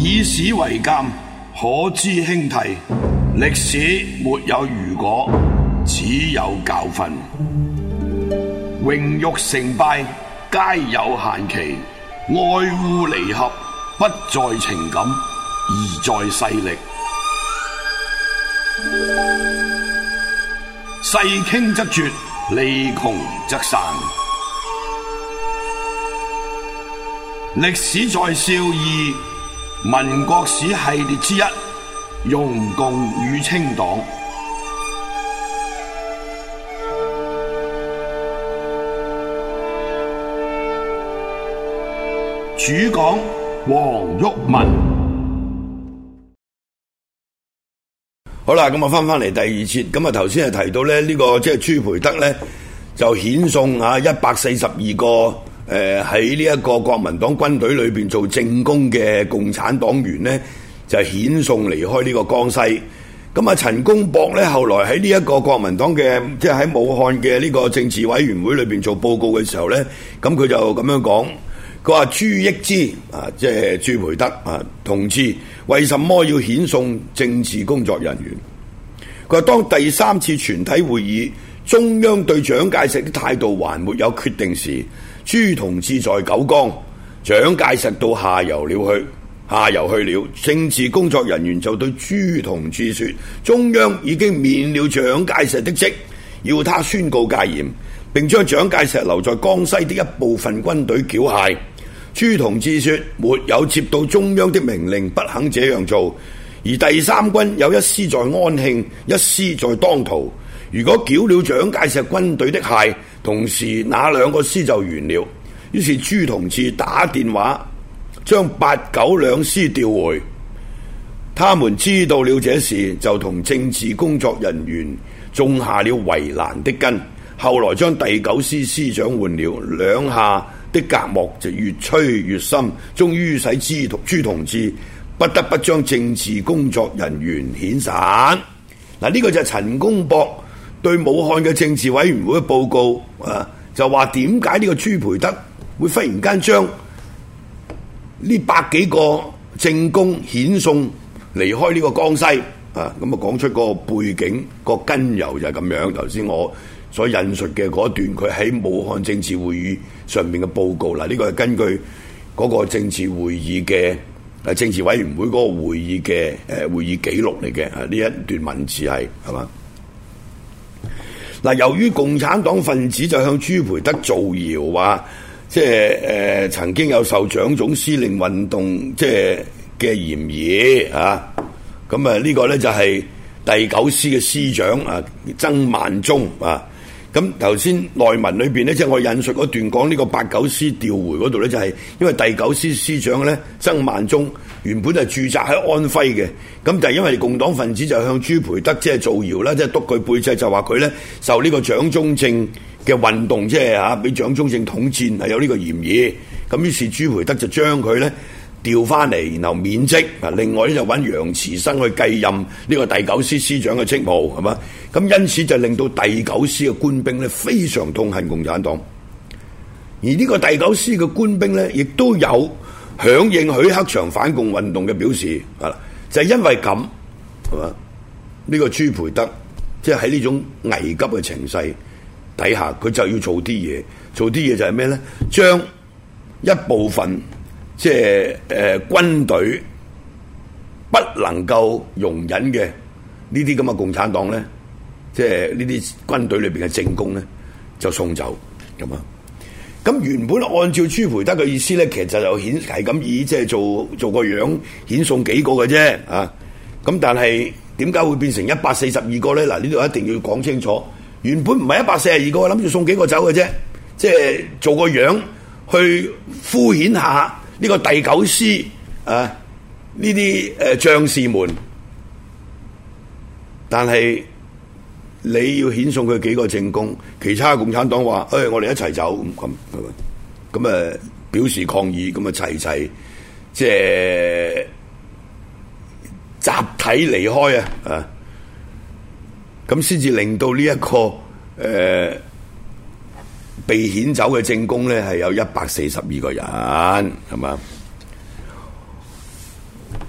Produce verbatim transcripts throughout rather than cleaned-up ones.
以史為鑑，可知興替。歷史沒有如果，只有教訓。榮辱成敗皆有限期，愛惡離合不在情感，而在勢力。勢傾則絕，利窮則散。歷史在笑貳民國史系列之一，容共與清黨。主講黃毓民。 好啦，咁啊翻翻嚟第二節，咁啊頭先係提到咧呢、這個即係朱培德咧就遣送啊一百四十二個誒喺呢一個國民黨軍隊裏邊做政工嘅共產黨員咧，就遣送離開呢個江西。咁啊陳公博咧後來喺呢一個國民黨嘅即係喺武漢嘅呢個政治委員會裏邊做報告嘅時候咧，咁佢就咁樣講。佢話朱益之啊，即係朱培德啊同志，為什麼要遣送政治工作人員？佢話當第三次全體會議中央對蔣介石的態度還沒有決定時，朱同志在九江，蔣介石到下游了去，下游去了，政治工作人員就對朱同志說：中央已經免了蔣介石的職，要他宣告戒嚴，並將蔣介石留在江西的一部分軍隊繳械。朱同志說：沒有接到中央的命令，不肯這樣做。而第三軍有一師在安慶，一師在當塗。如果繳了蔣介石軍隊的械，同時那兩個師就完了。於是朱同志打電話將八九兩師調回。他們知道了這事，就同政治工作人員種下了為難的根。後來將第九師師長換了，兩下的隔膜就越吹越深，終於使朱朱同志不得不將政治工作人員遣散。嗱，呢個就係陳公博對武漢嘅政治委員會嘅報告啊，就話點解呢個朱培德會忽然間將呢百幾個政工遣送離開呢個江西啊？咁啊講出個背景、個根由就係咁樣。頭先我所引述嘅嗰段，佢喺武漢政治會議上面嘅報告啦，呢個係根據嗰個政治會議嘅誒政治委員會嗰個會議嘅誒會議記錄嚟嘅，啊呢一段文字係係嘛？嗱，由於共產黨分子就向朱培德造謠話，即係誒、呃、曾經有受蔣總司令運動即係嘅嫌疑啊，咁啊呢個咧就係第九師嘅師長啊曾萬忠啊。咁頭先內文裏邊咧，即係我引述嗰段講呢個八九師調回嗰度咧，就係因為第九師師長咧曾萬忠原本係駐紮喺安徽嘅，咁就係因為共黨分子就向朱培德即係造謠啦，即係督佢背脊，就話佢咧受呢個蔣中正嘅運動，即係嚇俾蔣中正統戰係有呢個嫌疑，咁於是朱培德就將佢咧調翻嚟，然後免職。啊，另外咧就揾楊慈生去繼任呢個第九師師長嘅職務，係嘛？咁因此就令到第九師嘅官兵咧非常痛恨共產黨。而呢個第九師嘅官兵咧，亦都有響應許克祥反共運動嘅表示，係就係、是、因為咁，係嘛？呢、這個朱培德即係喺呢種危急嘅情勢底下，佢就要做啲嘢，做啲嘢就係咩咧？將一部分即係誒軍隊不能夠容忍嘅呢啲咁嘅共產黨咧，即係呢啲軍隊裏邊嘅政工咧，就送走咁啊！咁原本按照朱培德嘅意思咧，其實就顯係咁以即係做做個樣遣送幾個嘅啫啊！咁但係點解會變成一百四十二個咧？嗱，呢度一定要講清楚，原本唔係一百四十二個，諗住送幾個走嘅啫，即係做個樣去敷衍下呢個第九師啊呢啲誒將士們，但係你要遣送佢幾個政工，其他共產黨話：誒、哎，我哋一齊走咁咁，咁誒表示抗議，咁啊齊齊即係集體離開啊！啊，咁先至令到呢、這、一個誒、呃、被遣走嘅政工咧，係有一百四十二個人，係嘛？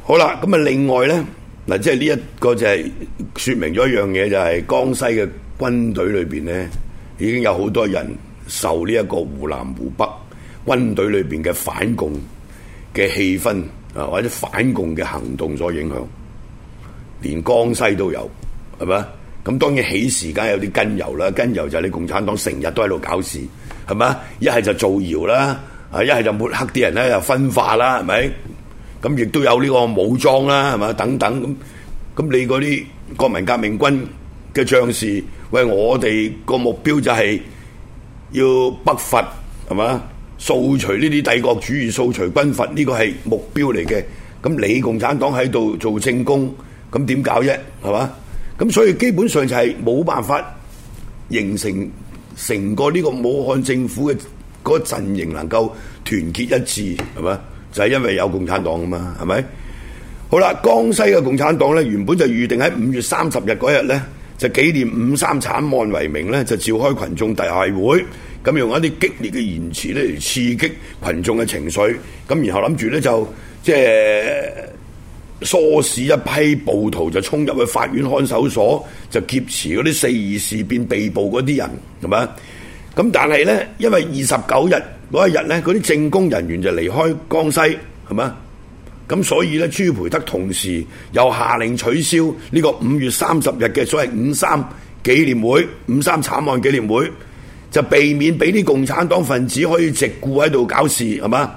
好啦，咁啊另外咧嗱，即係呢一個就係說明咗一樣嘢，就係、是、江西嘅軍隊裏邊咧，已經有好多人受呢一個湖南湖北軍隊裏邊嘅反共嘅氣氛啊，或者反共嘅行動所影響，連江西都有，係咪？咁當然起時間有啲根由啦，根由就係你共產黨成日都喺度搞事，係咪？一係就造謠啦，啊一係就抹黑啲人咧，又分化啦，係咪？咁亦都有呢個武裝啦，係嘛？等等咁，咁你嗰啲國民革命軍嘅將士，喂，我哋個目標就係要北伐，係嘛？掃除呢啲帝國主義，掃除軍閥，呢個係目標嚟嘅。咁你共產黨喺度做政工，咁點搞啫？係嘛？咁所以基本上就係冇辦法形成成個呢個武漢政府嘅嗰個陣營能夠團結一致，係嘛？就係因為有共產黨啊嘛，係咪？好啦，江西嘅共產黨咧，原本就預定喺五月三十日嗰日咧，就紀念五三慘案為名咧，就召開群眾大會，咁用一啲激烈嘅言辭咧嚟刺激群眾嘅情緒，咁然後諗住咧就即係唆使一批暴徒就衝入去法院看守所，就劫持嗰啲四二事變被捕嗰啲人，係咪？咁但係咧，因為二十九日嗰一日咧，嗰啲政工人員就離開江西，係嘛？咁所以咧，朱培德同時又下令取消呢個五月三十日嘅所謂五三紀念會、五三慘案紀念會，就避免俾啲共產黨分子可以藉故喺度搞事，係嘛？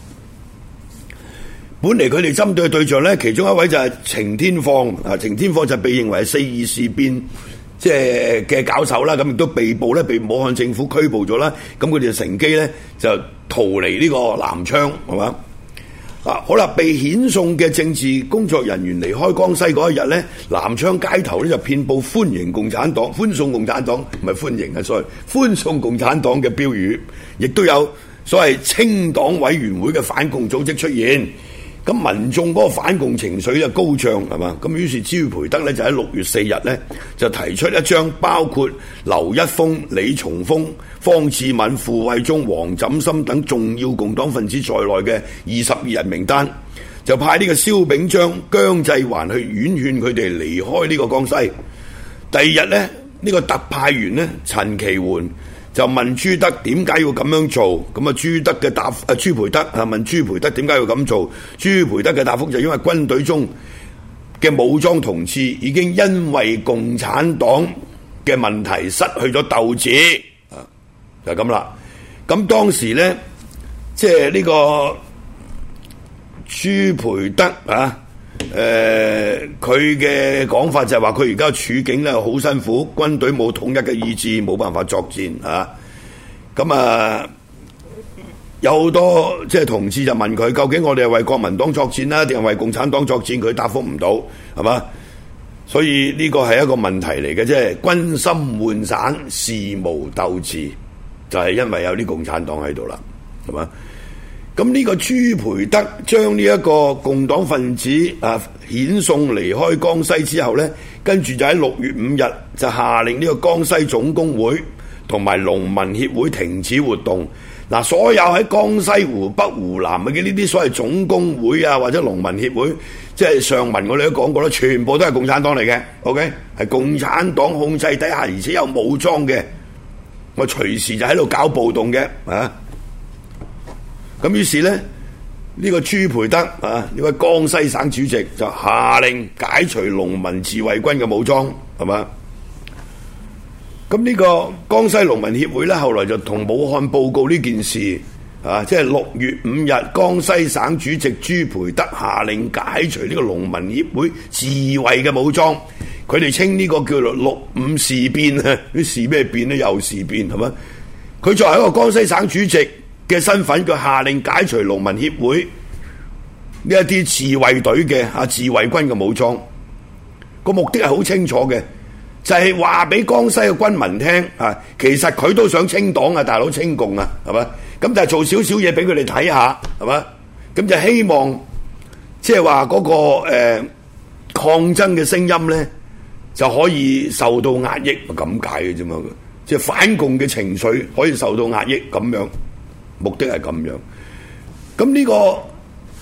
本嚟佢哋針對嘅對象咧，其中一位就係程天放，啊，程天放就被認為係四二事變即係嘅搞手啦，咁亦都被捕咧，被武漢政府拘捕咗啦。咁佢哋就乘機咧就逃離呢個南昌，係嘛？啊，好啦，被遣送嘅政治工作人員離開江西嗰一日咧，南昌街頭咧就遍佈歡迎共產黨、歡送共產黨，唔係歡迎啊，sorry，歡送共產黨嘅標語，亦都有所謂清黨委員會嘅反共組織出現。咁民眾嗰個反共情緒就高漲，係嘛？咁於是朱培德咧就喺六月四日咧就提出一張包括劉一峰、李松峰、方志敏、傅慧忠、黃枕深等重要共黨分子在內嘅二十二人名單，就派呢個蕭秉章、姜濟環去婉勸佢哋離開呢個江西。第二日咧，呢、呢個特派員咧陳其桓就問朱德點解要咁樣做，咁啊朱德嘅答啊朱培德啊問朱培德點解要咁做，朱培德嘅答覆就因為軍隊中嘅武裝同志已經因為共產黨嘅問題失去咗鬥志，啊就係咁啦。咁當時咧，即係呢個朱培德啊。誒，佢嘅講法就係話佢而家處境咧好辛苦，軍隊冇統一嘅意志，冇辦法作戰啊！咁啊，有好多即係同志就問佢，究竟我哋係為國民黨作戰啦，定係為共產黨作戰？佢答覆唔到，係嘛？所以呢個係一個問題嚟嘅，即係軍心渙散，事無鬥志，就係因為有啲共產黨喺度啦，係嘛？咁呢個朱培德將呢一個共黨分子啊遣送離開江西之後呢，跟住就喺六月五日就下令呢個江西總工會同埋農民協會停止活動。嗱、啊，所有喺江西、湖北、湖南嘅呢啲所謂總工會啊或者農民協會，即係上文我哋都講過啦，全部都係共產黨嚟嘅。OK， 係共產黨控制底下，而且有武裝嘅，我隨時就喺度搞暴動嘅啊！咁於是咧，呢、這個朱培德啊，呢位江西省主席就下令解除農民自衛軍嘅武裝，係嘛？咁呢個江西農民協會咧，後來就同武漢報告呢件事，啊，即係六月五日，江西省主席朱培德下令解除呢個農民協會自衛嘅武裝，佢哋稱呢個叫做六五事變啊，啲事咩變咧？又事變，係嘛？佢作為一個江西省主席嘅身份，佢下令解除農民協會呢一啲自衛隊嘅啊自衛軍嘅武裝，個目的係好清楚嘅，就係話俾江西嘅軍民聽啊，其實佢都想清黨啊，大佬清共啊，係嘛？咁就係做少少嘢俾佢哋睇下，係嘛？咁就希望即係話嗰個誒、呃、抗爭嘅聲音咧，就可以受到壓抑，咁解嘅啫嘛。即係反共嘅情緒可以受到壓抑，咁樣。目的係咁樣，咁呢個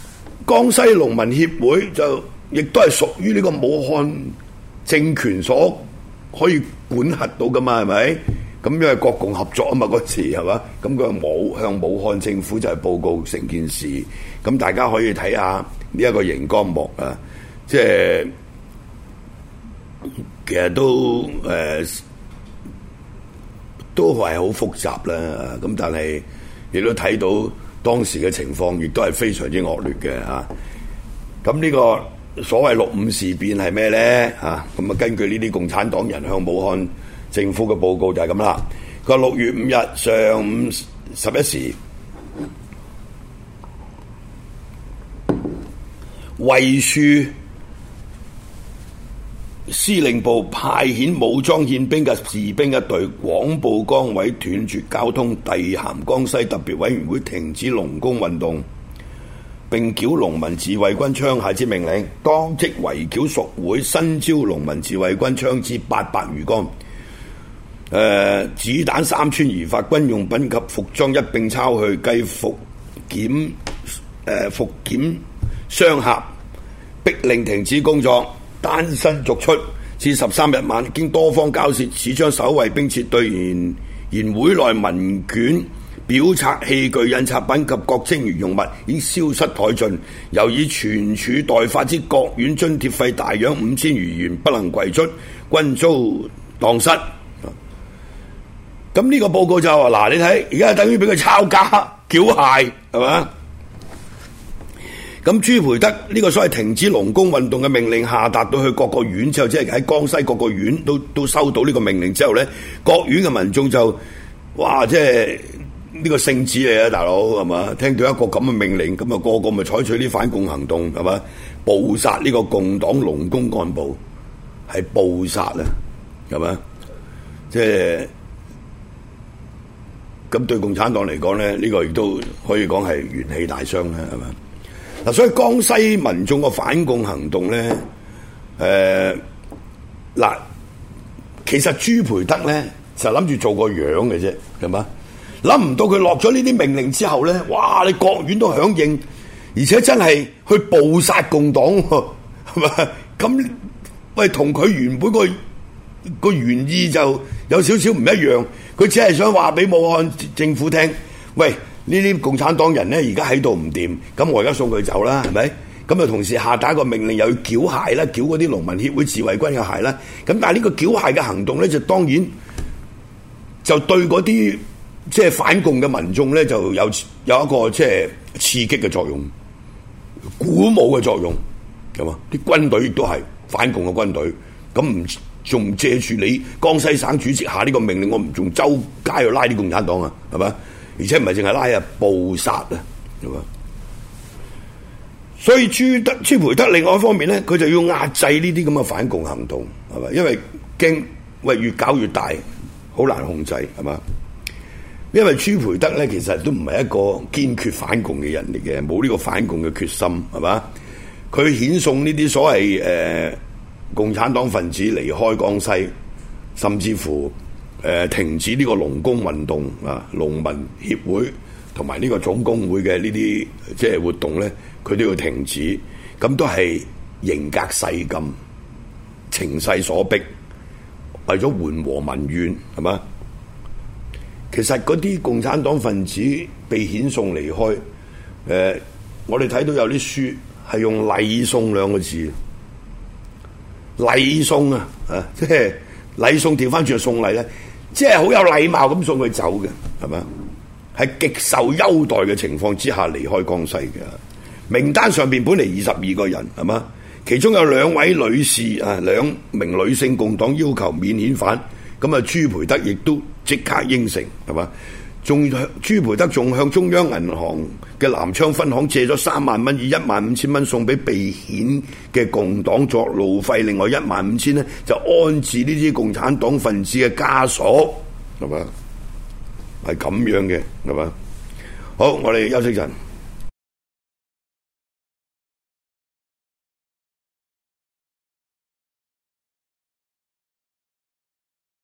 江西農民協會就亦都係屬於呢個武漢政權所可以管轄到噶嘛，係咪？咁因為國共合作啊嘛，嗰時係嘛？咁佢冇向武漢政府就係報告成件事。咁大家可以睇下呢一個熒光幕啊，即係其實都誒、呃、都係好複雜啦。咁但係亦都睇到當時嘅情況，亦都係非常之惡劣嘅嚇。咁、啊、呢個所謂六五事變係咩咧？嚇咁啊，根據呢啲共產黨人向武漢政府嘅報告就係咁啦。佢話六月五日上午十一時，衛戍司令部派遣武裝憲兵嘅士兵一隊，廣布崗位，斷絕交通，遞函江西特別委員會停止農工運動，並繳農民自衛軍槍械之命令。當即圍剿屬會，新招農民自衛軍槍支八百餘桿。誒、呃、子彈三千餘發，軍用品及服裝一並抄去，繼復檢誒、呃、復檢雙合，逼令停止工作，單身逐出。至十三日晚，經多方交涉，始將守衛兵撤退。然然會內文卷、表冊、器具、印刷品及各精餘用物已消失殆盡，又以存儲待發之各縣津貼費大約五千餘元不能攜出，均遭蕩失。咁呢個報告就話嗱，你睇而家等於俾佢抄家繳械，係嘛？咁朱培德呢個所謂停止農工運動嘅命令下達到去各個縣之後，即係喺江西各個縣都都收到呢個命令之後咧，各縣嘅民眾就哇，即係呢個聖旨嚟啊，大佬係嘛？聽到一個咁嘅命令，咁啊個個咪採取啲反共行動係嘛？捕殺呢個共黨農工幹部，係捕殺啊，係嘛？即係。咁對共產黨嚟講咧，呢、這個亦都可以講係元氣大傷啦，係嘛？嗱，所以江西民眾個反共行動咧，誒、呃、嗱，其實朱培德咧就諗住做個樣嘅啫，係嘛？諗唔到佢落咗呢啲命令之後咧，哇！你各縣都響應，而且真係去捕殺共黨喎，係嘛？咁喂，同佢原本個個原意就有少少唔一樣。佢只係想話俾武漢政府聽，喂，呢啲共產黨人咧而家喺度唔掂，咁我而家送佢走啦，係咪？咁啊同時下達一個命令，又要繳械啦，繳嗰啲農民協會自衛軍嘅械啦。咁但係呢個繳械嘅行動咧，就當然就對嗰啲即係反共嘅民眾咧，就有有一個即係刺激嘅作用，鼓舞嘅作用，係嘛？啲軍隊亦都係反共嘅軍隊，咁唔仲借住你江西省主席下呢個命令，我唔仲周街去拉啲共產黨啊，係嘛？而且唔係淨係拉啊，捕殺啊，係嘛？所以朱德朱培德另外一方面咧，佢就要壓制呢啲咁嘅反共行動，係嘛？因為驚喂越搞越大，好難控制，係嘛？因為朱培德咧其實都唔係一個堅決反共嘅人嚟嘅，冇呢個反共嘅決心，係嘛？佢遣送呢啲所謂誒、呃共產黨分子離開江西，甚至乎誒、呃、停止呢個農工運動啊，農民協會同埋呢個總工會嘅呢啲即係活動咧，佢都要停止。咁都係形格勢禁，情勢所逼，為咗緩和民怨，係嘛？其實嗰啲共產黨分子被遣送離開，誒、呃，我哋睇到有啲書係用禮送兩個字。禮送啊，啊，即係禮送調翻轉嚟送禮咧，即係好有禮貌咁送佢走嘅，係咪？喺極受優待嘅情況之下離開江西嘅。名單上邊本嚟二十二個人，係嘛？其中有兩位女士啊，兩名女性共黨要求免遣返，咁啊朱培德亦都即刻應承，係嘛？仲朱培德仲向中央銀行嘅南昌分行借咗三萬蚊，以一萬五千蚊送俾被遣嘅共黨作路費，另外一萬五千咧就安置呢啲共產黨分子嘅家屬，係嘛？係咁樣嘅，係嘛？好，我哋休息陣。